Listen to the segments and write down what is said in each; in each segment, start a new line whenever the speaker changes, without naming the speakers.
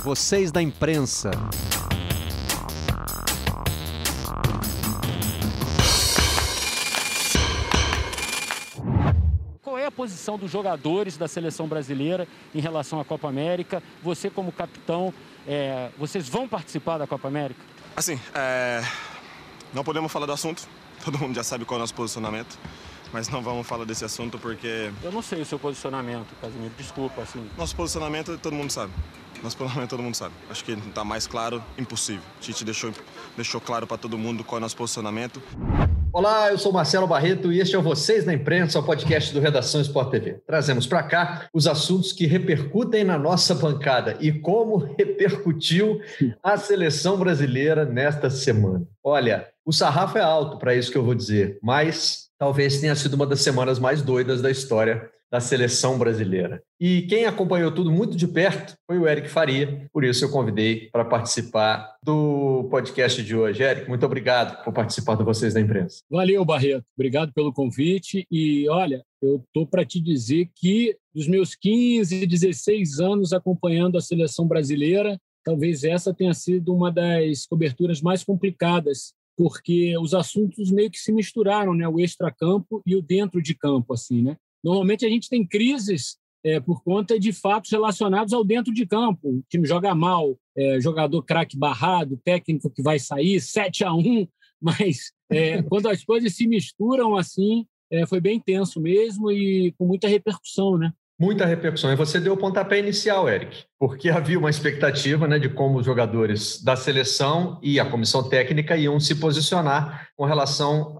Vocês da imprensa.
Qual é a posição dos jogadores da seleção brasileira em relação à Copa América? Você, como capitão, vocês vão participar da Copa América?
Assim, não podemos falar do assunto. Todo mundo já sabe qual é o nosso posicionamento. Mas não vamos falar desse assunto porque...
Eu não sei o seu posicionamento, Casimiro. Desculpa, assim.
Nosso posicionamento todo mundo sabe. Acho que está mais claro, impossível. A gente deixou claro para todo mundo qual é o nosso posicionamento.
Olá, eu sou Marcelo Barreto e este é o Vocês da Imprensa, o podcast do Redação Sport TV. Trazemos para cá os assuntos que repercutem na nossa bancada e como repercutiu a seleção brasileira nesta semana. Olha, o sarrafo é alto para isso que eu vou dizer, mas talvez tenha sido uma das semanas mais doidas da história da seleção brasileira. E quem acompanhou tudo muito de perto foi o Eric Faria, por isso eu convidei para participar do podcast de hoje. Eric, muito obrigado por participar do Vocês da Imprensa.
Valeu, Barreto. Obrigado pelo convite. E, olha, eu estou para te dizer que dos meus 15, 16 anos acompanhando a seleção brasileira, talvez essa tenha sido uma das coberturas mais complicadas, porque os assuntos meio que se misturaram, né? O extracampo e o dentro de campo, assim, né? Normalmente a gente tem crises por conta de fatos relacionados ao dentro de campo. O time joga mal, jogador craque barrado, técnico que vai sair, 7-1, mas quando as coisas se misturam assim, foi bem tenso mesmo e com muita repercussão, né?
Muita repercussão. E você deu o pontapé inicial, Eric, porque havia uma expectativa, né, de como os jogadores da seleção e a comissão técnica iam se posicionar com relação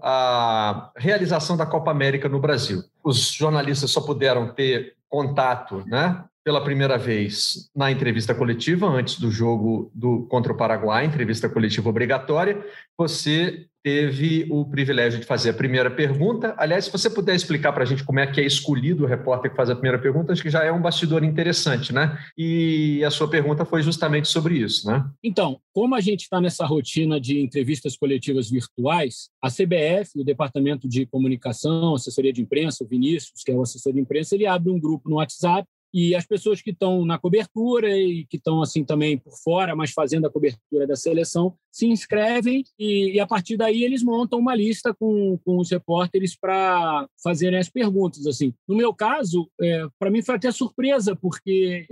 à realização da Copa América no Brasil. Os jornalistas só puderam ter contato, né, pela primeira vez na entrevista coletiva, antes do jogo contra o Paraguai, entrevista coletiva obrigatória. Você teve o privilégio de fazer a primeira pergunta. Aliás, se você puder explicar para a gente como é que é escolhido o repórter que faz a primeira pergunta, acho que já é um bastidor interessante, né? E a sua pergunta foi justamente sobre isso, né?
Então, como a gente está nessa rotina de entrevistas coletivas virtuais, a CBF, o Departamento de Comunicação, Assessoria de Imprensa, o Vinícius, que é o assessor de imprensa, ele abre um grupo no WhatsApp e as pessoas que estão na cobertura e que estão assim também por fora, mas fazendo a cobertura da seleção, se inscrevem e a partir daí eles montam uma lista com os repórteres para fazerem as perguntas. Assim. No meu caso, para mim foi até surpresa, porque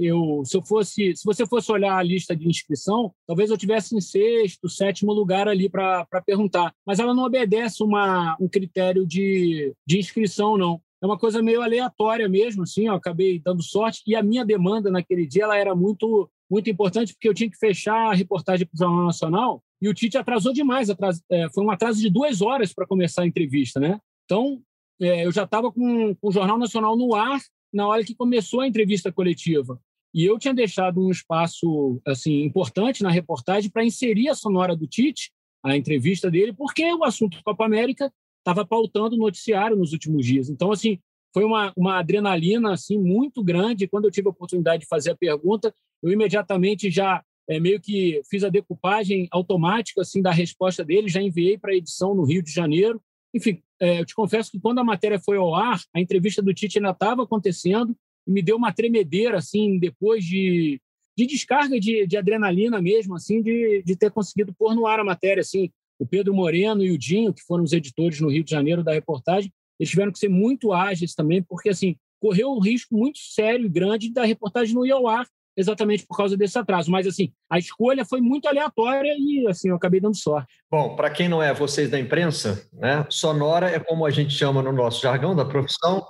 se você fosse olhar a lista de inscrição, talvez eu tivesse em 6º, 7º lugar ali para perguntar. Mas ela não obedece um critério de inscrição, não. É uma coisa meio aleatória mesmo, assim, eu acabei dando sorte. E a minha demanda naquele dia ela era muito, muito importante, porque eu tinha que fechar a reportagem para o Jornal Nacional e o Tite atrasou demais. Foi um atraso de 2 horas para começar a entrevista, né? Então, eu já estava com o Jornal Nacional no ar na hora que começou a entrevista coletiva. E eu tinha deixado um espaço assim, importante na reportagem para inserir a sonora do Tite, a entrevista dele, porque o assunto Copa América estava pautando o noticiário nos últimos dias. Então, assim, foi uma adrenalina assim, muito grande. Quando eu tive a oportunidade de fazer a pergunta, eu imediatamente já meio que fiz a decupagem automática assim, da resposta dele, já enviei para a edição no Rio de Janeiro. Enfim, eu te confesso que quando a matéria foi ao ar, a entrevista do Tite ainda estava acontecendo e me deu uma tremedeira, assim, depois de descarga de adrenalina mesmo, assim, de ter conseguido pôr no ar a matéria, assim. O Pedro Moreno e o Dinho, que foram os editores no Rio de Janeiro da reportagem, eles tiveram que ser muito ágeis também, porque assim, correu um risco muito sério e grande da reportagem não ir ao ar, exatamente por causa desse atraso. Mas assim, a escolha foi muito aleatória e assim, eu acabei dando sorte.
Bom, para quem não é Vocês da Imprensa, né, sonora é como a gente chama no nosso jargão da profissão,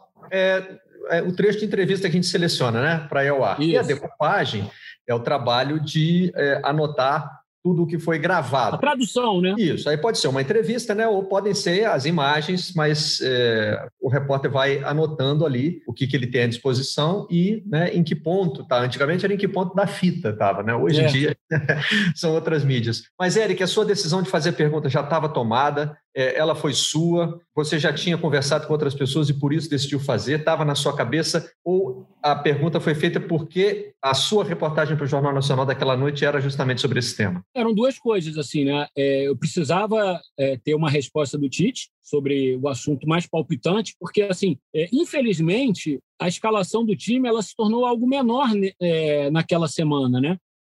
o trecho de entrevista que a gente seleciona, né, para ir ao ar. Isso. E a decupagem é o trabalho de anotar tudo o que foi gravado.
A tradução, né?
Isso, aí pode ser uma entrevista, né? Ou podem ser as imagens, mas o repórter vai anotando ali o que ele tem à disposição e, né, em que ponto, tá? Antigamente era em que ponto da fita estava, né? Hoje em dia são outras mídias. Mas, Eric, a sua decisão de fazer a pergunta já estava tomada, ela foi sua, você já tinha conversado com outras pessoas e por isso decidiu fazer, estava na sua cabeça, ou a pergunta foi feita porque a sua reportagem para o Jornal Nacional daquela noite era justamente sobre esse tema?
Eram duas coisas, assim, né? Eu precisava ter uma resposta do Tite sobre o assunto mais palpitante, porque, assim, infelizmente, a escalação do time ela se tornou algo menor naquela semana, né?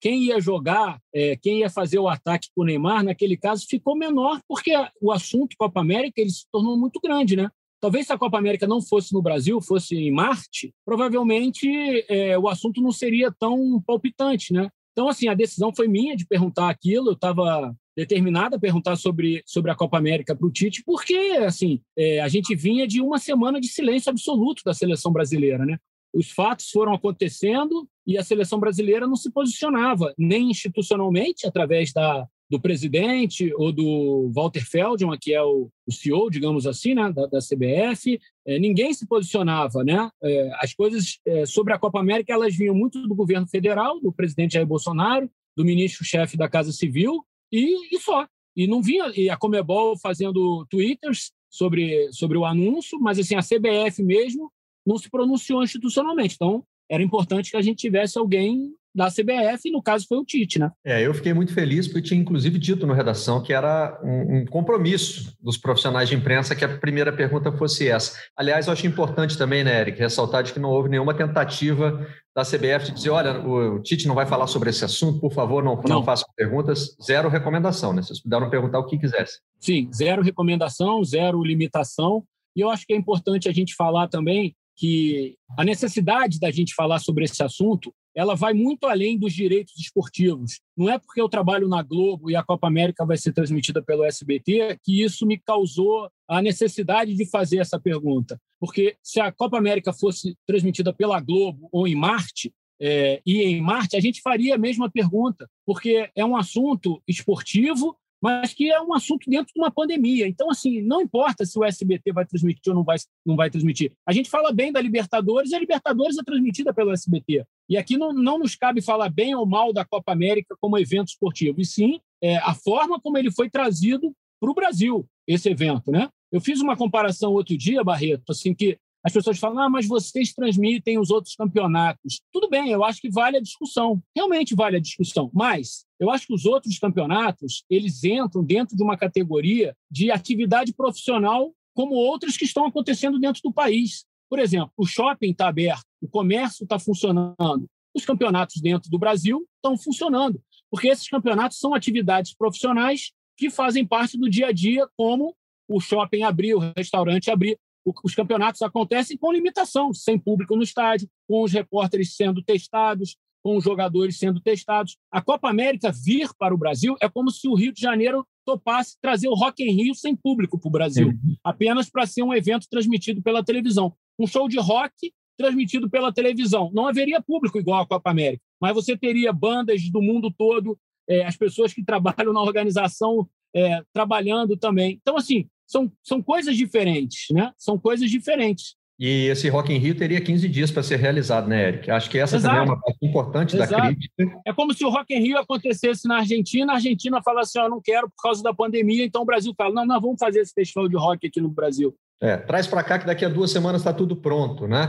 quem ia jogar, quem ia fazer o ataque com o Neymar, naquele caso, ficou menor, porque o assunto Copa América ele se tornou muito grande, né? Talvez se a Copa América não fosse no Brasil, fosse em Marte, provavelmente o assunto não seria tão palpitante, né? Então, assim, a decisão foi minha de perguntar aquilo, eu estava determinada a perguntar sobre a Copa América para o Tite, porque, assim, a gente vinha de uma semana de silêncio absoluto da seleção brasileira, né? Os fatos foram acontecendo e a seleção brasileira não se posicionava, nem institucionalmente, através do presidente ou do Walter Feldman, que é o CEO, digamos assim, né, da CBF. Ninguém se posicionava, né? As coisas sobre a Copa América elas vinham muito do governo federal, do presidente Jair Bolsonaro, do ministro-chefe da Casa Civil e só. E não vinha e a Conmebol fazendo twitters sobre o anúncio, mas assim, a CBF mesmo não se pronunciou institucionalmente. Então, era importante que a gente tivesse alguém da CBF, e no caso foi o Tite, né?
Eu fiquei muito feliz, porque eu tinha inclusive dito no Redação que era um compromisso dos profissionais de imprensa que a primeira pergunta fosse essa. Aliás, eu acho importante também, né, Eric, ressaltar de que não houve nenhuma tentativa da CBF de dizer, olha, o Tite não vai falar sobre esse assunto, por favor, não façam perguntas. Zero recomendação, né? Vocês puderam perguntar o que quisessem.
Sim, zero recomendação, zero limitação. E eu acho que é importante a gente falar também que a necessidade da gente falar sobre esse assunto ela vai muito além dos direitos esportivos. Não é porque eu trabalho na Globo e a Copa América vai ser transmitida pelo SBT que isso me causou a necessidade de fazer essa pergunta. Porque se a Copa América fosse transmitida pela Globo ou em Marte, e em Marte, a gente faria a mesma pergunta, porque é um assunto esportivo, mas que é um assunto dentro de uma pandemia. Então, assim, não importa se o SBT vai transmitir ou não vai transmitir. A gente fala bem da Libertadores e a Libertadores é transmitida pelo SBT. E aqui não nos cabe falar bem ou mal da Copa América como evento esportivo, e sim a forma como ele foi trazido para o Brasil, esse evento, né? Eu fiz uma comparação outro dia, Barreto, assim, que as pessoas falam, mas vocês transmitem os outros campeonatos. Tudo bem, eu acho que vale a discussão. Realmente vale a discussão. Mas eu acho que os outros campeonatos, eles entram dentro de uma categoria de atividade profissional como outras que estão acontecendo dentro do país. Por exemplo, o shopping está aberto, o comércio está funcionando. Os campeonatos dentro do Brasil estão funcionando, porque esses campeonatos são atividades profissionais que fazem parte do dia a dia, como o shopping abrir, o restaurante abrir. Os campeonatos acontecem com limitação, sem público no estádio, com os repórteres sendo testados, com os jogadores sendo testados. A Copa América vir para o Brasil é como se o Rio de Janeiro topasse trazer o Rock in Rio sem público para o Brasil, apenas para ser um evento transmitido pela televisão. Um show de rock transmitido pela televisão. Não haveria público igual à Copa América, mas você teria bandas do mundo todo, as pessoas que trabalham na organização trabalhando também. Então, assim, são coisas diferentes, né? São coisas diferentes.
E esse Rock in Rio teria 15 dias para ser realizado, né, Eric? Acho que essa também é uma parte importante da crítica.
É como se o Rock in Rio acontecesse na Argentina, a Argentina fala assim, não quero por causa da pandemia, então o Brasil fala, não, nós vamos fazer esse festival de rock aqui no Brasil.
Traz para cá que daqui a 2 semanas está tudo pronto, né?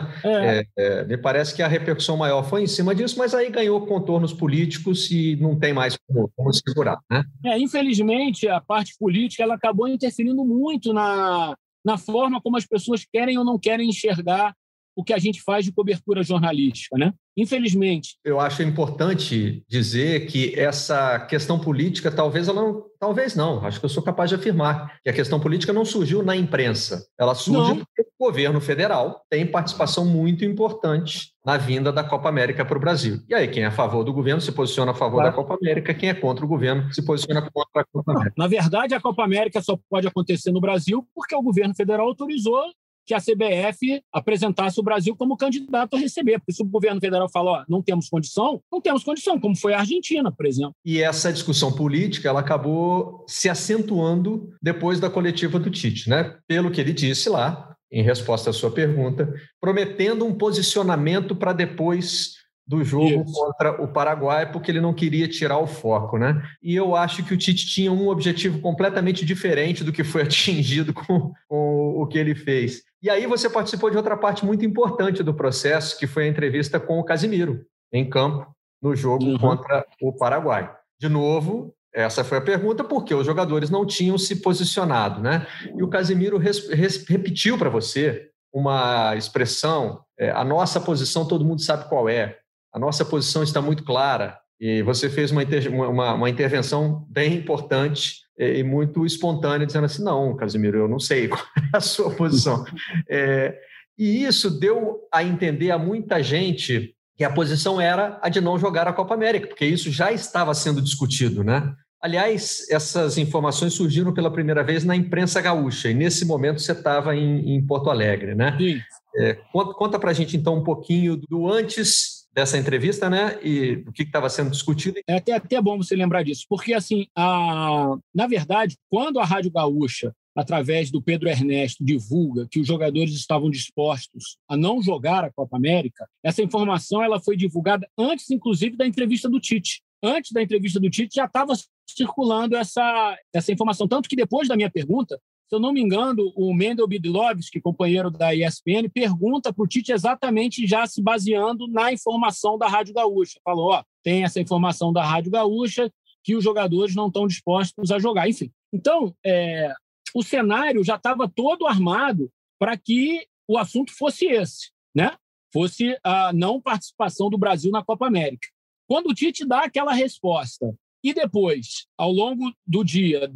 Me parece que a repercussão maior foi em cima disso, mas aí ganhou contornos políticos e não tem mais como segurar, né?
Infelizmente, a parte política ela acabou interferindo muito na forma como as pessoas querem ou não querem enxergar o que a gente faz de cobertura jornalística, né? Infelizmente.
Eu acho importante dizer que essa questão política, talvez não, acho que eu sou capaz de afirmar que a questão política não surgiu na imprensa, ela surge porque o governo federal tem participação muito importante na vinda da Copa América para o Brasil. E aí, quem é a favor do governo se posiciona a favor da Copa América, quem é contra o governo se posiciona contra a Copa América.
Na verdade, a Copa América só pode acontecer no Brasil porque o governo federal autorizou que a CBF apresentasse o Brasil como candidato a receber. Porque se o governo federal fala, não temos condição, como foi a Argentina, por exemplo.
E essa discussão política, ela acabou se acentuando depois da coletiva do Tite, né? Pelo que ele disse lá, em resposta à sua pergunta, prometendo um posicionamento para depois do jogo contra o Paraguai, porque ele não queria tirar o foco, né? E eu acho que o Tite tinha um objetivo completamente diferente do que foi atingido com o que ele fez. E aí você participou de outra parte muito importante do processo, que foi a entrevista com o Casimiro, em campo, no jogo contra o Paraguai. De novo, essa foi a pergunta, porque os jogadores não tinham se posicionado, né? E o Casimiro repetiu para você uma expressão, a nossa posição todo mundo sabe qual é, a nossa posição está muito clara, E você fez uma intervenção bem importante e muito espontânea, dizendo assim, não, Casimiro, eu não sei qual é a sua posição. E isso deu a entender a muita gente que a posição era a de não jogar a Copa América, porque isso já estava sendo discutido, né? Aliás, essas informações surgiram pela primeira vez na imprensa gaúcha, e nesse momento você estava em Porto Alegre, né?
Sim.
Conta para a gente, então, um pouquinho do antes dessa entrevista, né? E do que estava sendo discutido.
É até bom você lembrar disso, porque, assim, na verdade, quando a Rádio Gaúcha, através do Pedro Ernesto, divulga que os jogadores estavam dispostos a não jogar a Copa América, essa informação ela foi divulgada antes, inclusive, da entrevista do Tite. Antes da entrevista do Tite, já estava circulando essa informação. Tanto que, depois da minha pergunta, se eu não me engano, o Mendel Bidlovski, companheiro da ESPN, pergunta para o Tite exatamente já se baseando na informação da Rádio Gaúcha. Falou, tem essa informação da Rádio Gaúcha que os jogadores não estão dispostos a jogar. Enfim, então, o cenário já estava todo armado para que o assunto fosse esse, né? Fosse a não participação do Brasil na Copa América. Quando o Tite dá aquela resposta e depois, ao longo do dia,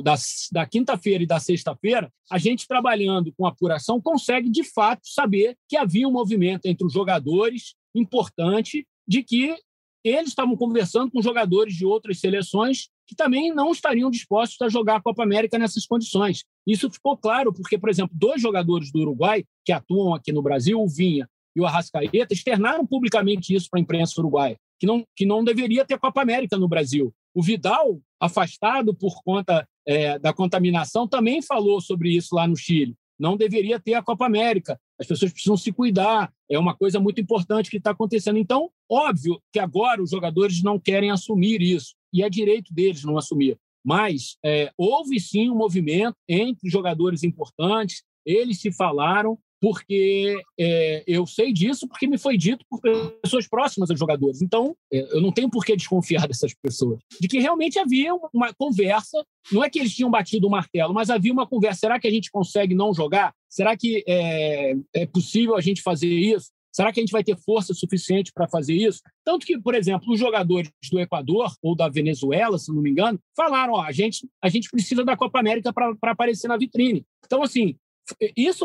da quinta-feira e da sexta-feira, a gente, trabalhando com apuração, consegue, de fato, saber que havia um movimento entre os jogadores importante de que eles estavam conversando com jogadores de outras seleções que também não estariam dispostos a jogar a Copa América nessas condições. Isso ficou claro porque, por exemplo, 2 jogadores do Uruguai que atuam aqui no Brasil, o Vinha e o Arrascaeta, externaram publicamente isso para a imprensa uruguaia, que não deveria ter Copa América no Brasil. O Vidal, afastado por conta da contaminação, também falou sobre isso lá no Chile. Não deveria ter a Copa América. As pessoas precisam se cuidar. É uma coisa muito importante que está acontecendo. Então, óbvio que agora os jogadores não querem assumir isso. E é direito deles não assumir. Mas houve, sim, um movimento entre jogadores importantes. Eles se falaram, porque eu sei disso, porque me foi dito por pessoas próximas aos jogadores. Então, eu não tenho por que desconfiar dessas pessoas. De que realmente havia uma conversa, não é que eles tinham batido o martelo, mas havia uma conversa. Será que a gente consegue não jogar? Será que é possível a gente fazer isso? Será que a gente vai ter força suficiente para fazer isso? Tanto que, por exemplo, os jogadores do Equador ou da Venezuela, se não me engano, falaram, a gente precisa da Copa América para aparecer na vitrine. Então, assim, isso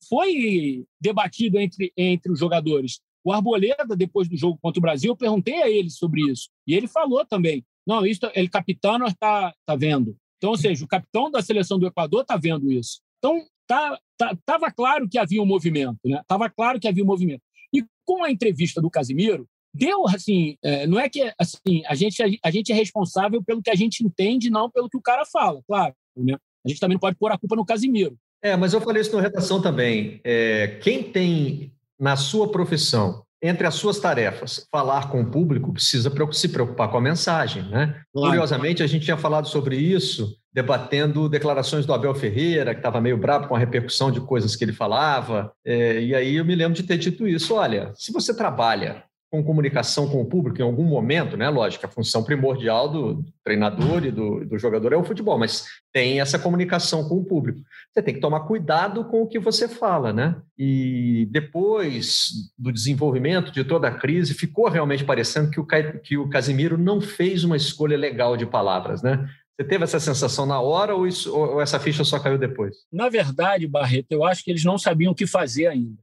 foi debatido entre os jogadores. O Arboleda, depois do jogo contra o Brasil, eu perguntei a ele sobre isso. E ele falou também. Não, isso ele capitão está vendo. Então, ou seja, o capitão da seleção do Equador está vendo isso. Então, estava claro que havia um movimento, né? Estava claro que havia um movimento. E com a entrevista do Casimiro, deu, assim, não é que assim, a gente é responsável pelo que a gente entende, não pelo que o cara fala, claro, né? A gente também não pode pôr a culpa no Casimiro.
Mas eu falei isso na redação também. Quem tem na sua profissão, entre as suas tarefas, falar com o público, precisa se preocupar com a mensagem, né? Claro. Curiosamente, a gente tinha falado sobre isso, debatendo declarações do Abel Ferreira, que estava meio bravo com a repercussão de coisas que ele falava. E aí eu me lembro de ter dito isso. Olha, se você trabalha com comunicação com o público em algum momento, né? Lógico, a função primordial do treinador e do jogador é o futebol, mas tem essa comunicação com o público. Você tem que tomar cuidado com o que você fala, né? E depois do desenvolvimento de toda a crise, ficou realmente parecendo que o Casimiro não fez uma escolha legal de palavras, né? Você teve essa sensação na hora ou essa ficha só caiu depois?
Na verdade, Barreto, eu acho que eles não sabiam o que fazer ainda.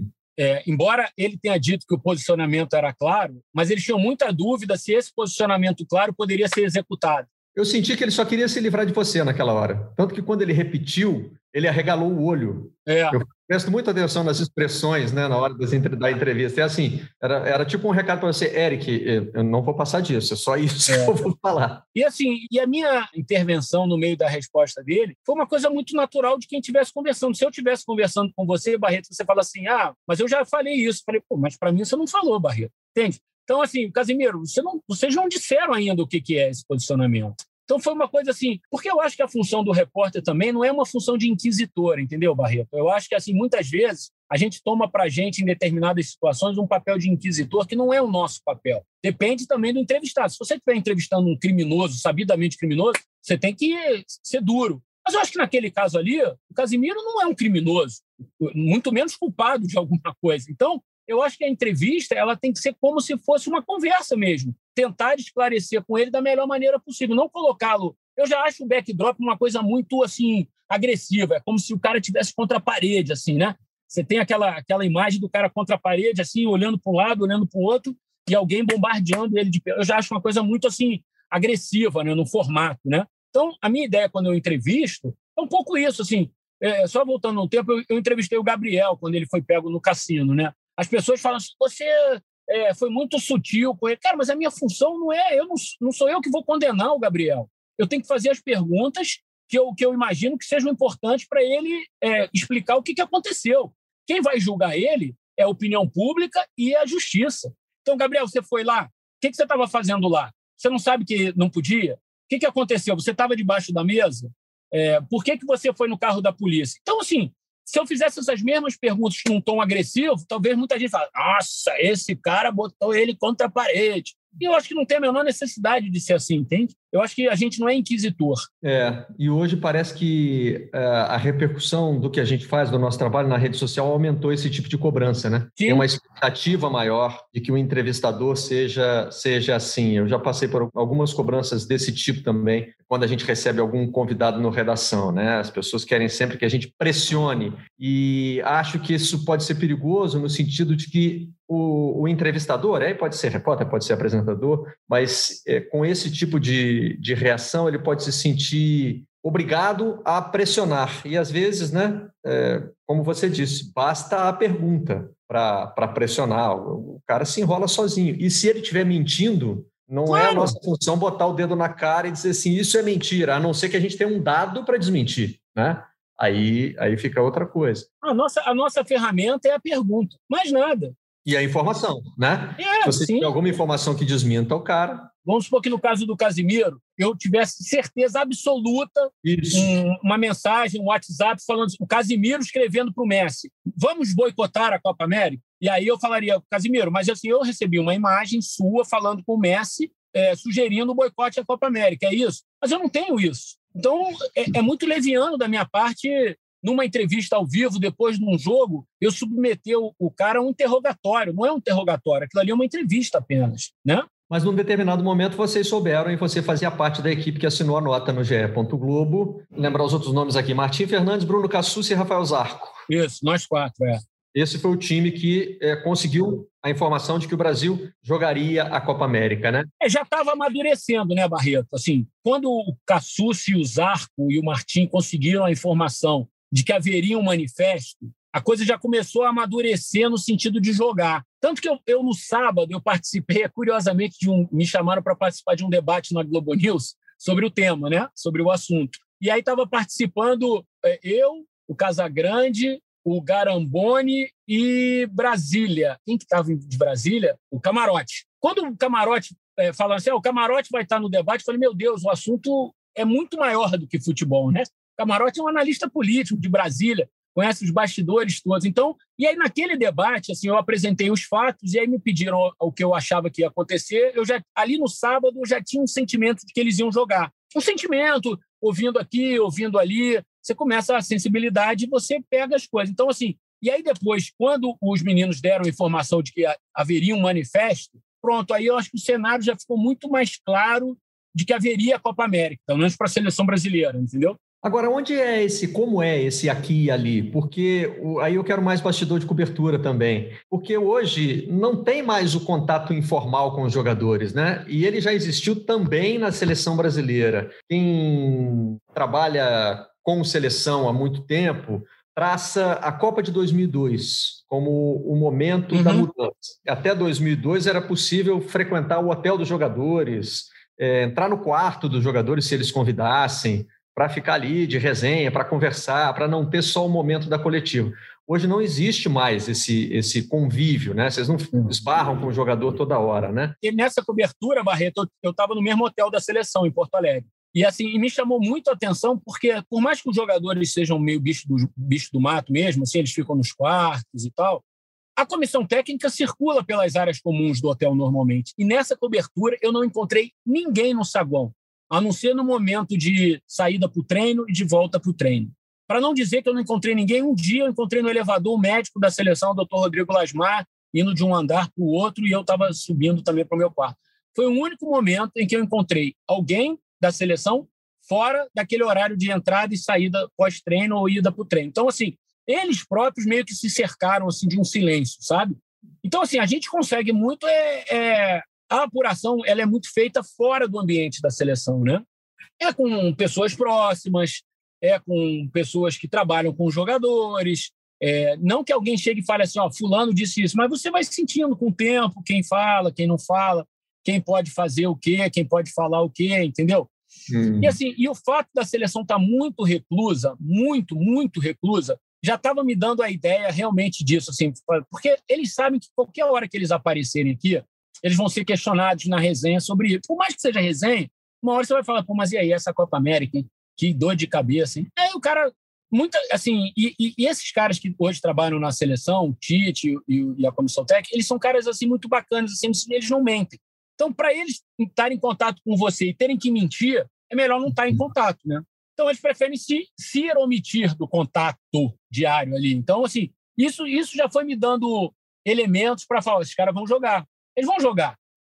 Embora ele tenha dito que o posicionamento era claro, mas eles tinham muita dúvida se esse posicionamento claro poderia ser executado. Eu
senti que ele só queria se livrar de você naquela hora. Tanto que quando ele repetiu, ele arregalou o olho. Eu presto muita atenção nas expressões, né, na hora da entrevista. É assim, era tipo um recado para você, Eric, eu não vou passar disso, é só isso que eu vou falar.
E assim, a minha intervenção no meio da resposta dele foi uma coisa muito natural de quem estivesse conversando. Se eu estivesse conversando com você, Barreto, você fala assim, mas eu já falei isso. Falei, mas para mim você não falou, Barreto. Entende? Então, assim, Casimiro, vocês não disseram ainda o que é esse posicionamento. Então, foi uma coisa assim, porque eu acho que a função do repórter também não é uma função de inquisitor, entendeu, Barreto? Eu acho que, assim, muitas vezes a gente toma para a gente, em determinadas situações, um papel de inquisitor que não é o nosso papel. Depende também do entrevistado. Se você estiver entrevistando um criminoso, sabidamente criminoso, você tem que ser duro. Mas eu acho que naquele caso ali, o Casimiro não é um criminoso, muito menos culpado de alguma coisa. Então, eu acho que a entrevista ela tem que ser como se fosse uma conversa mesmo. Tentar esclarecer com ele da melhor maneira possível, não colocá-lo... Eu já acho o backdrop uma coisa muito assim, agressiva, é como se o cara estivesse contra a parede, assim, né? Você tem aquela imagem do cara contra a parede, assim, olhando para um lado, olhando para o outro, e alguém bombardeando ele de... Eu já acho uma coisa muito assim, agressiva, né? No formato, né? Então, a minha ideia quando eu entrevisto é um pouco isso, assim, só voltando um tempo, eu entrevistei o Gabriel quando ele foi pego no cassino, né? As pessoas falam assim, você foi muito sutil com ele. Cara, mas a minha função não é... não sou eu que vou condenar o Gabriel. Eu tenho que fazer as perguntas que eu imagino que sejam importantes para ele explicar o que aconteceu. Quem vai julgar ele é a opinião pública e a justiça. Então, Gabriel, você foi lá. O que você estava fazendo lá? Você não sabe que não podia? O que aconteceu? Você estava debaixo da mesa? Por que você foi no carro da polícia? Então, assim, se eu fizesse essas mesmas perguntas num tom agressivo, talvez muita gente fale, nossa, esse cara botou ele contra a parede. E eu acho que não tem a menor necessidade de ser assim, entende? Eu acho que a gente não é inquisitor.
E hoje parece que a repercussão do que a gente faz, do nosso trabalho na rede social, aumentou esse tipo de cobrança, né?
Sim.
Tem uma expectativa maior de que o entrevistador seja assim. Eu já passei por algumas cobranças desse tipo também, quando a gente recebe algum convidado no Redação, né? As pessoas querem sempre que a gente pressione, e acho que isso pode ser perigoso no sentido de que o entrevistador, pode ser repórter, pode ser apresentador, mas com esse tipo de reação, ele pode se sentir obrigado a pressionar. E, às vezes, né, como você disse, basta a pergunta para pressionar. O cara se enrola sozinho. E se ele estiver mentindo, não é a nossa função botar o dedo na cara e dizer assim, isso é mentira, a não ser que a gente tenha um dado para desmentir, né? Aí fica outra coisa.
A nossa ferramenta é a pergunta, mais nada.
E a informação, né? Se você tiver alguma informação que desminta o cara...
Vamos supor que no caso do Casimiro, eu tivesse certeza absoluta, uma mensagem, um WhatsApp falando o Casimiro escrevendo para o Messi, vamos boicotar a Copa América? E aí eu falaria, Casimiro, mas assim, eu recebi uma imagem sua falando com o Messi, sugerindo o boicote à Copa América, é isso? Mas eu não tenho isso. Então, é muito leviano da minha parte... Numa entrevista ao vivo, depois de um jogo, eu submeter o cara a um interrogatório. Não é um interrogatório, aquilo ali é uma entrevista apenas, né?
Mas num determinado momento vocês souberam e você fazia parte da equipe que assinou a nota no GE. Globo. Lembrar os outros nomes aqui, Martim Fernandes, Bruno Cassucci e Rafael Zarco.
Isso, nós 4,
Esse foi o time que conseguiu a informação de que o Brasil jogaria a Copa América, né?
Já estava amadurecendo, né, Barreto? Assim, quando o Cassucci, o Zarco e o Martim conseguiram a informação de que haveria um manifesto, a coisa já começou a amadurecer no sentido de jogar. Tanto que eu no sábado, eu participei, curiosamente, me chamaram para participar de um debate na Globo News sobre o tema, né? Sobre o assunto. E aí estava participando eu, o Casagrande, o Garamboni e Brasília. Quem que estava de Brasília? O Camarote. Quando o Camarote falou assim, o Camarote vai estar no debate, eu falei, meu Deus, o assunto é muito maior do que futebol, né? Camarote é um analista político de Brasília, conhece os bastidores todos. Então, e aí naquele debate, assim, eu apresentei os fatos e aí me pediram o que eu achava que ia acontecer. Ali no sábado, eu já tinha um sentimento de que eles iam jogar. Um sentimento, ouvindo aqui, ouvindo ali. Você começa a sensibilidade e você pega as coisas. Então, assim, e aí depois, quando os meninos deram a informação de que haveria um manifesto, pronto, aí eu acho que o cenário já ficou muito mais claro de que haveria a Copa América, pelo menos para a seleção brasileira, entendeu?
Agora, como é esse aqui e ali? Porque aí eu quero mais bastidor de cobertura também. Porque hoje não tem mais o contato informal com os jogadores, né? E ele já existiu também na seleção brasileira. Quem trabalha com seleção há muito tempo traça a Copa de 2002 como o momento da mudança. Até 2002 era possível frequentar o hotel dos jogadores, entrar no quarto dos jogadores se eles convidassem, para ficar ali de resenha, para conversar, para não ter só o momento da coletiva. Hoje não existe mais esse convívio, né? Vocês não esbarram com o jogador toda hora, né?
E nessa cobertura, Barreto, eu estava no mesmo hotel da seleção, em Porto Alegre. E assim, me chamou muito a atenção, porque por mais que os jogadores sejam meio bicho do mato mesmo, assim, eles ficam nos quartos e tal, a comissão técnica circula pelas áreas comuns do hotel normalmente. E nessa cobertura eu não encontrei ninguém no saguão, a não ser no momento de saída para o treino e de volta para o treino. Para não dizer que eu não encontrei ninguém, um dia eu encontrei no elevador o médico da seleção, o Dr. Rodrigo Lasmar, indo de um andar para o outro e eu estava subindo também para o meu quarto. Foi o único momento em que eu encontrei alguém da seleção fora daquele horário de entrada e saída pós-treino ou ida para o treino. Então, assim, eles próprios meio que se cercaram assim, de um silêncio, sabe? Então, assim, a gente consegue muito... A apuração ela é muito feita fora do ambiente da seleção, né? É com pessoas próximas, é com pessoas que trabalham com jogadores. Não que alguém chegue e fale assim, fulano disse isso, mas você vai sentindo com o tempo quem fala, quem não fala, quem pode fazer o quê, quem pode falar o quê, entendeu? E, assim, o fato da seleção estar muito reclusa, muito, muito reclusa, já estava me dando a ideia realmente disso, assim, porque eles sabem que qualquer hora que eles aparecerem aqui, eles vão ser questionados na resenha sobre isso. Por mais que seja resenha, uma hora você vai falar, mas e aí, essa Copa América, hein? Que dor de cabeça, hein? Aí o cara, assim, e esses caras que hoje trabalham na seleção, o Tite e a comissão técnica, eles são caras, assim, muito bacanas, assim, eles não mentem. Então, para eles estarem em contato com você e terem que mentir, é melhor não estar em contato, né? Então, eles preferem se omitir do contato diário ali. Então, assim, isso já foi me dando elementos para falar, esses caras vão jogar. Eles vão jogar.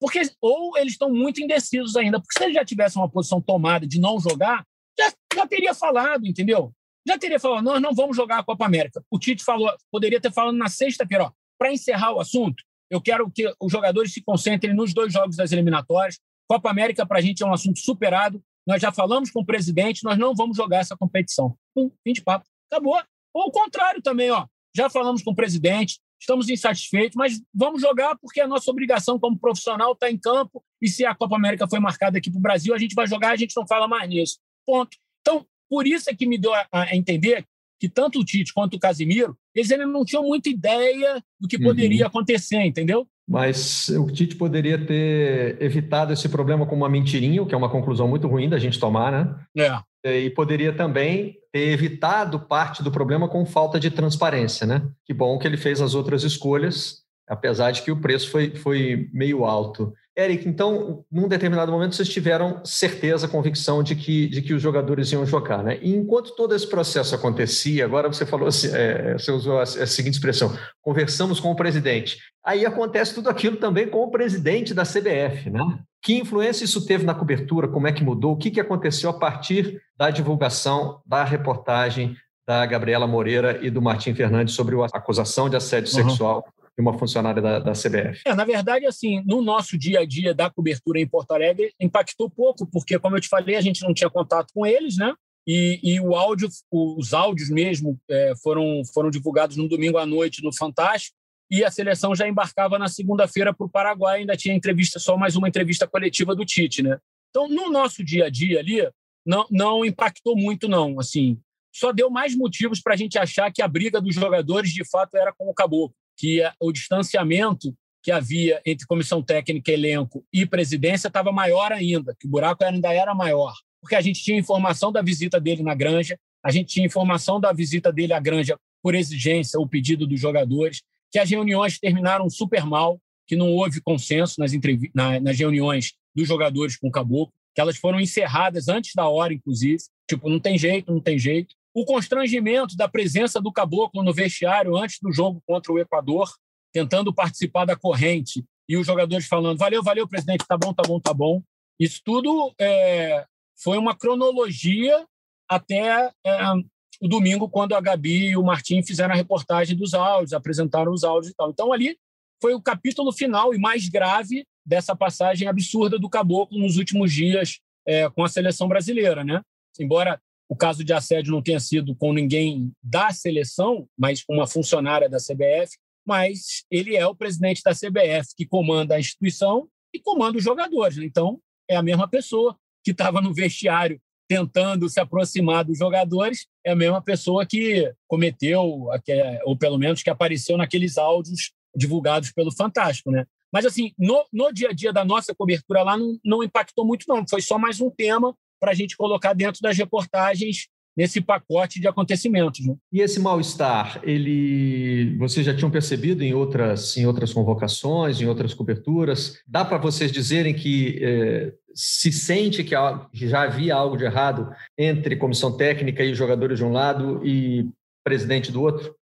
Ou eles estão muito indecisos ainda. Porque se eles já tivessem uma posição tomada de não jogar, já teria falado, entendeu? Já teria falado, nós não vamos jogar a Copa América. O Tite poderia ter falado na sexta-feira, para encerrar o assunto, eu quero que os jogadores se concentrem nos 2 jogos das eliminatórias. Copa América, para a gente, é um assunto superado. Nós já falamos com o presidente, nós não vamos jogar essa competição. Fim de papo. Acabou. Ou o contrário também, já falamos com o presidente, estamos insatisfeitos, mas vamos jogar porque a nossa obrigação como profissional está em campo e se a Copa América foi marcada aqui para o Brasil, a gente vai jogar, a gente não fala mais nisso. Ponto. Então, por isso é que me deu a entender que tanto o Tite quanto o Casimiro, eles ainda não tinham muita ideia do que poderia acontecer, entendeu?
Mas o Tite poderia ter evitado esse problema com uma mentirinha, o que é uma conclusão muito ruim da gente tomar, né? E poderia também ter evitado parte do problema com falta de transparência, né? Que bom que ele fez as outras escolhas, apesar de que o preço foi meio alto. Eric, então, num determinado momento, vocês tiveram certeza, convicção de que os jogadores iam jogar, né? E enquanto todo esse processo acontecia, agora você falou assim, você usou a seguinte expressão, conversamos com o presidente. Aí acontece tudo aquilo também com o presidente da CBF, né? Que influência isso teve na cobertura? Como é que mudou? O que aconteceu a partir da divulgação da reportagem da Gabriela Moreira e do Martim Fernandes sobre a acusação de assédio sexual de uma funcionária da CBF?
Na verdade, assim, no nosso dia a dia da cobertura em Porto Alegre, impactou pouco, porque, como eu te falei, a gente não tinha contato com eles, né? E os áudios mesmo foram divulgados no domingo à noite no Fantástico, e a seleção já embarcava na segunda-feira para o Paraguai, ainda tinha só mais uma entrevista coletiva do Tite, né? Então, no nosso dia a dia ali, não impactou muito, não. Assim, só deu mais motivos para a gente achar que a briga dos jogadores, de fato, era com o Caboclo, que o distanciamento que havia entre comissão técnica, elenco e presidência estava maior ainda, que o buraco ainda era maior, porque a gente tinha informação da visita dele na Granja, a gente tinha informação da visita dele à Granja por exigência ou pedido dos jogadores, que as reuniões terminaram super mal, que não houve consenso nas reuniões dos jogadores com o Caboclo, que elas foram encerradas antes da hora, inclusive. Tipo, não tem jeito. O constrangimento da presença do Caboclo no vestiário antes do jogo contra o Equador, tentando participar da corrente, e os jogadores falando, valeu, presidente, tá bom. Isso tudo foi uma cronologia até o domingo, quando a Gabi e o Martim fizeram a reportagem dos áudios, apresentaram os áudios e tal. Então, ali foi o capítulo final e mais grave dessa passagem absurda do Caboclo nos últimos dias com a seleção brasileira, né? Embora o caso de assédio não tenha sido com ninguém da seleção, mas com uma funcionária da CBF, mas ele é o presidente da CBF, que comanda a instituição e comanda os jogadores. Então, é a mesma pessoa que estava no vestiário tentando se aproximar dos jogadores, é a mesma pessoa que cometeu, ou pelo menos que apareceu naqueles áudios divulgados pelo Fantástico, né? Mas, assim, no dia a dia da nossa cobertura lá, não impactou muito, não. Foi só mais um tema para a gente colocar dentro das reportagens nesse pacote de acontecimentos, né?
E esse mal-estar, vocês já tinham percebido em outras convocações, em outras coberturas? Dá para vocês dizerem que se sente que já havia algo de errado entre comissão técnica e jogadores de um lado e presidente do outro?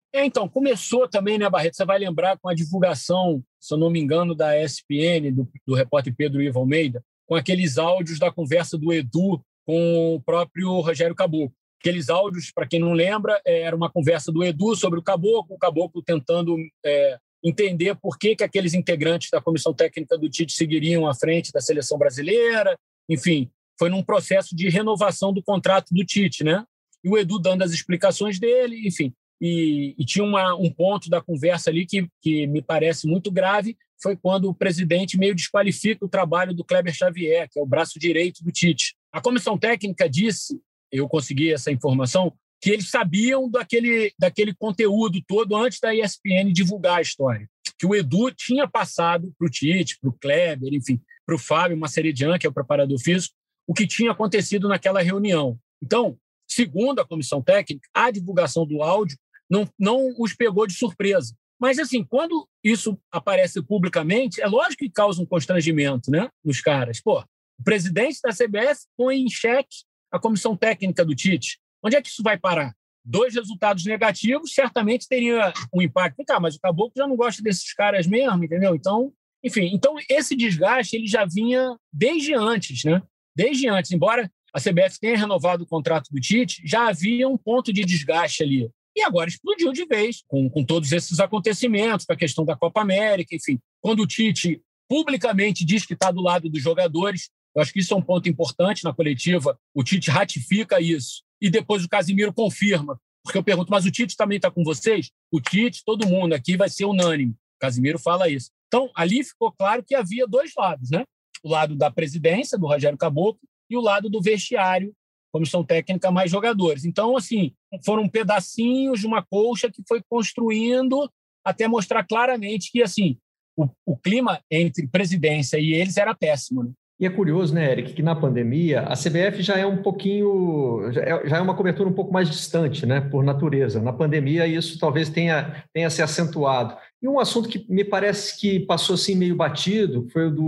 Então, começou também, né, Barreto? Você vai lembrar com a divulgação, se eu não me engano, da ESPN, do repórter Pedro Ivo Almeida, com aqueles áudios da conversa do Edu com o próprio Rogério Caboclo. Aqueles áudios, para quem não lembra, era uma conversa do Edu sobre o Caboclo tentando entender por que aqueles integrantes da comissão técnica do Tite seguiriam à frente da seleção brasileira. Enfim, foi num processo de renovação do contrato do Tite, né? E o Edu dando as explicações dele, enfim. E tinha um ponto da conversa ali que me parece muito grave, foi quando o presidente meio desqualifica o trabalho do Kleber Xavier, que é o braço direito do Tite. A comissão técnica disse, eu consegui essa informação, que eles sabiam daquele conteúdo todo antes da ESPN divulgar a história. Que o Edu tinha passado para o Tite, para o Kleber, enfim, para o Fábio Maceridian, que é o preparador físico, o que tinha acontecido naquela reunião. Então, segundo a comissão técnica, a divulgação do áudio não os pegou de surpresa. Mas, assim, quando isso aparece publicamente, é lógico que causa um constrangimento, né, nos caras. Pô, o presidente da CBF põe em xeque a comissão técnica do Tite. Onde é que isso vai parar? 2 resultados negativos certamente teria um impacto. Mas o Caboclo já não gosta desses caras mesmo, entendeu? Então, enfim, esse desgaste ele já vinha desde antes, né? Desde antes. Embora a CBF tenha renovado o contrato do Tite, já havia um ponto de desgaste ali. E agora explodiu de vez, com todos esses acontecimentos, com a questão da Copa América, enfim. Quando o Tite publicamente diz que está do lado dos jogadores, eu acho que isso é um ponto importante na coletiva, o Tite ratifica isso. E depois o Casimiro confirma. Porque eu pergunto, mas o Tite também está com vocês? O Tite, todo mundo aqui vai ser unânime. O Casimiro fala isso. Então, ali ficou claro que havia 2 lados, né? O lado da presidência, do Rogério Caboclo, e o lado do vestiário, comissão técnica, mais jogadores. Então, assim, foram pedacinhos de uma colcha que foi construindo até mostrar claramente que, assim, o clima entre presidência e eles era péssimo, né?
E é curioso, né, Eric, que na pandemia a CBF já é um pouquinho, já é uma cobertura um pouco mais distante, né, por natureza. Na pandemia isso talvez tenha se acentuado. E um assunto que me parece que passou assim meio batido foi o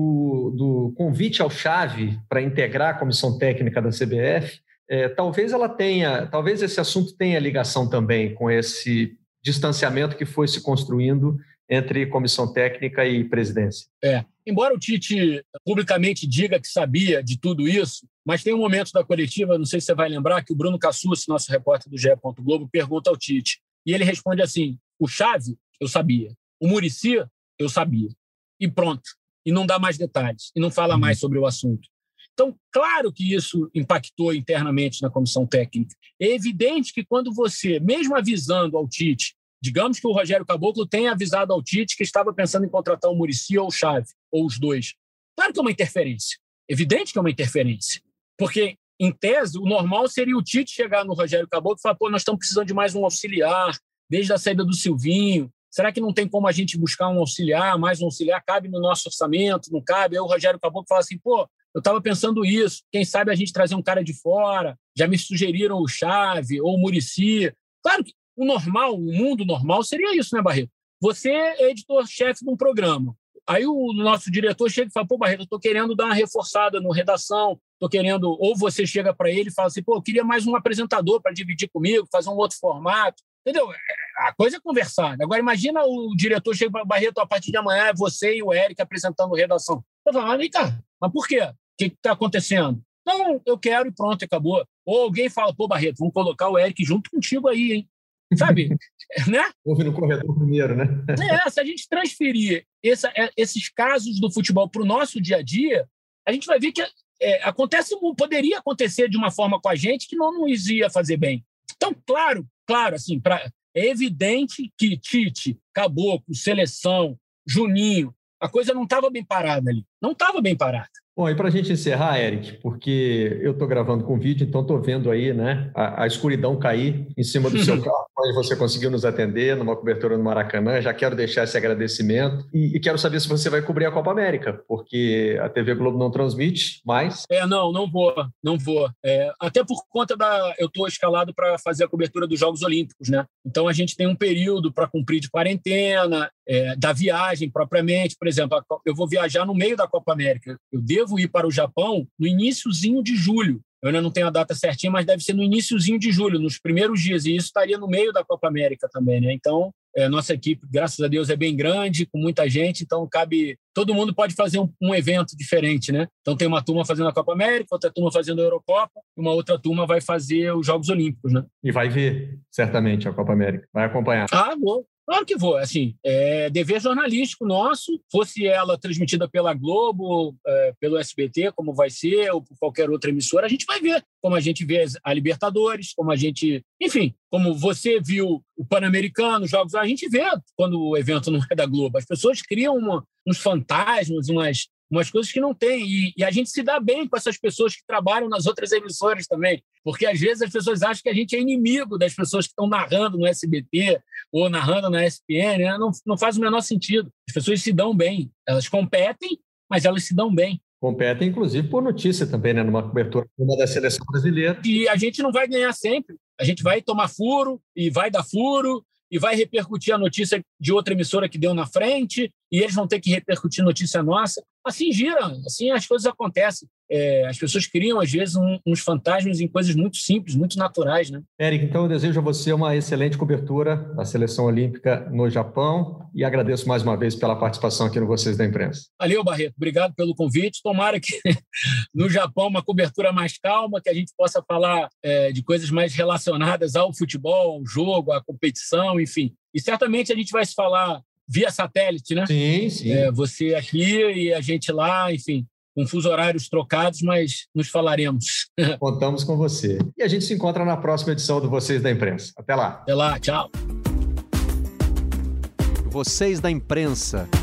do convite ao Xavi para integrar a comissão técnica da CBF. Talvez esse assunto tenha ligação também com esse distanciamento que foi se construindo entre comissão técnica e presidência.
Embora o Tite publicamente diga que sabia de tudo isso, mas tem um momento da coletiva, não sei se você vai lembrar, que o Bruno Cassucci, nosso repórter do GE. Globo, pergunta ao Tite. E ele responde assim, o Xavi, eu sabia. O Muricy, eu sabia. E pronto. E não dá mais detalhes. E não fala mais sobre o assunto. Então, claro que isso impactou internamente na comissão técnica. É evidente que quando você, mesmo avisando ao Tite, digamos que o Rogério Caboclo tenha avisado ao Tite que estava pensando em contratar o Muricy ou o Xavi, ou os dois. Claro que é uma interferência. Evidente que é uma interferência. Porque, em tese, o normal seria o Tite chegar no Rogério Caboclo e falar, nós estamos precisando de mais um auxiliar, desde a saída do Silvinho. Será que não tem como a gente buscar um auxiliar, mais um auxiliar? Cabe no nosso orçamento? Não cabe? Aí o Rogério Caboclo fala assim, eu estava pensando isso. Quem sabe a gente trazer um cara de fora? Já me sugeriram o Xavi ou o Muricy. Claro que o mundo normal seria isso, né, Barreto? Você é editor-chefe de um programa. Aí o nosso diretor chega e fala, Barreto, eu estou querendo dar uma reforçada no redação, estou querendo... Ou você chega para ele e fala assim, eu queria mais um apresentador para dividir comigo, fazer um outro formato. Entendeu? A coisa é conversada. Agora, imagina o diretor chega para Barreto, a partir de amanhã é você e o Eric apresentando redação. Eu falo, vem cá, mas por quê? O que está acontecendo? Não, eu quero e pronto, acabou. Ou alguém fala, Barreto, vamos colocar o Eric junto contigo aí, hein? Sabe? Né?
Ouve no corredor primeiro, né?
Se a gente transferir esses casos do futebol para o nosso dia a dia, a gente vai ver que poderia acontecer de uma forma com a gente que não nos ia fazer bem. Então, claro, assim, é evidente que Tite, Caboclo, Seleção, Juninho, a coisa não estava bem parada ali. Não estava bem parada.
Bom, e para a gente encerrar, Eric, porque eu estou gravando com vídeo, então estou vendo aí, né, a escuridão cair em cima do seu carro, onde você conseguiu nos atender numa cobertura no Maracanã. Já quero deixar esse agradecimento e quero saber se você vai cobrir a Copa América, porque a TV Globo não transmite mais.
Não vou. Até por conta eu estou escalado para fazer a cobertura dos Jogos Olímpicos, né? Então a gente tem um período para cumprir de quarentena da viagem propriamente. Por exemplo, eu vou viajar no meio da Copa América. Eu devo ir para o Japão no iniciozinho de julho. Eu ainda não tenho a data certinha, mas deve ser no iniciozinho de julho, nos primeiros dias. E isso estaria no meio da Copa América também, né? Então, nossa equipe, graças a Deus, é bem grande, com muita gente. Então, todo mundo pode fazer um evento diferente, né? Então, tem uma turma fazendo a Copa América, outra turma fazendo a Eurocopa, e uma outra turma vai fazer os Jogos Olímpicos, né?
E vai ver, certamente, a Copa América. Vai acompanhar.
Vou. Claro que vou. Assim, é dever jornalístico nosso, fosse ela transmitida pela Globo, pelo SBT, como vai ser, ou por qualquer outra emissora, a gente vai ver. Como a gente vê a Libertadores, como a gente... Enfim, como você viu o Pan-Americano, os Jogos... A gente vê quando o evento não é da Globo. As pessoas criam uns fantasmas, umas coisas que não tem. E a gente se dá bem com essas pessoas que trabalham nas outras emissoras também. Porque, às vezes, as pessoas acham que a gente é inimigo das pessoas que estão narrando no SBT ou narrando na ESPN. Né? Não faz o menor sentido. As pessoas se dão bem. Elas competem, mas elas se dão bem.
Competem, inclusive, por notícia também, né? Numa cobertura como a da seleção brasileira.
E a gente não vai ganhar sempre. A gente vai tomar furo e vai dar furo e vai repercutir a notícia de outra emissora que deu na frente e eles vão ter que repercutir notícia nossa. Assim gira, assim as coisas acontecem. As pessoas criam, às vezes, uns fantasmas em coisas muito simples, muito naturais, né?
Éric, então eu desejo a você uma excelente cobertura da Seleção Olímpica no Japão e agradeço mais uma vez pela participação aqui no Vocês da Imprensa.
Valeu, Barreto. Obrigado pelo convite. Tomara que no Japão uma cobertura mais calma, que a gente possa falar de coisas mais relacionadas ao futebol, ao jogo, à competição, enfim. E certamente a gente vai se falar via satélite, né?
Sim, sim.
Você aqui e a gente lá, enfim, com fusos horários trocados, mas nos falaremos.
Contamos com você. E a gente se encontra na próxima edição do Vocês da Imprensa. Até lá.
Até lá, tchau.
Vocês da Imprensa.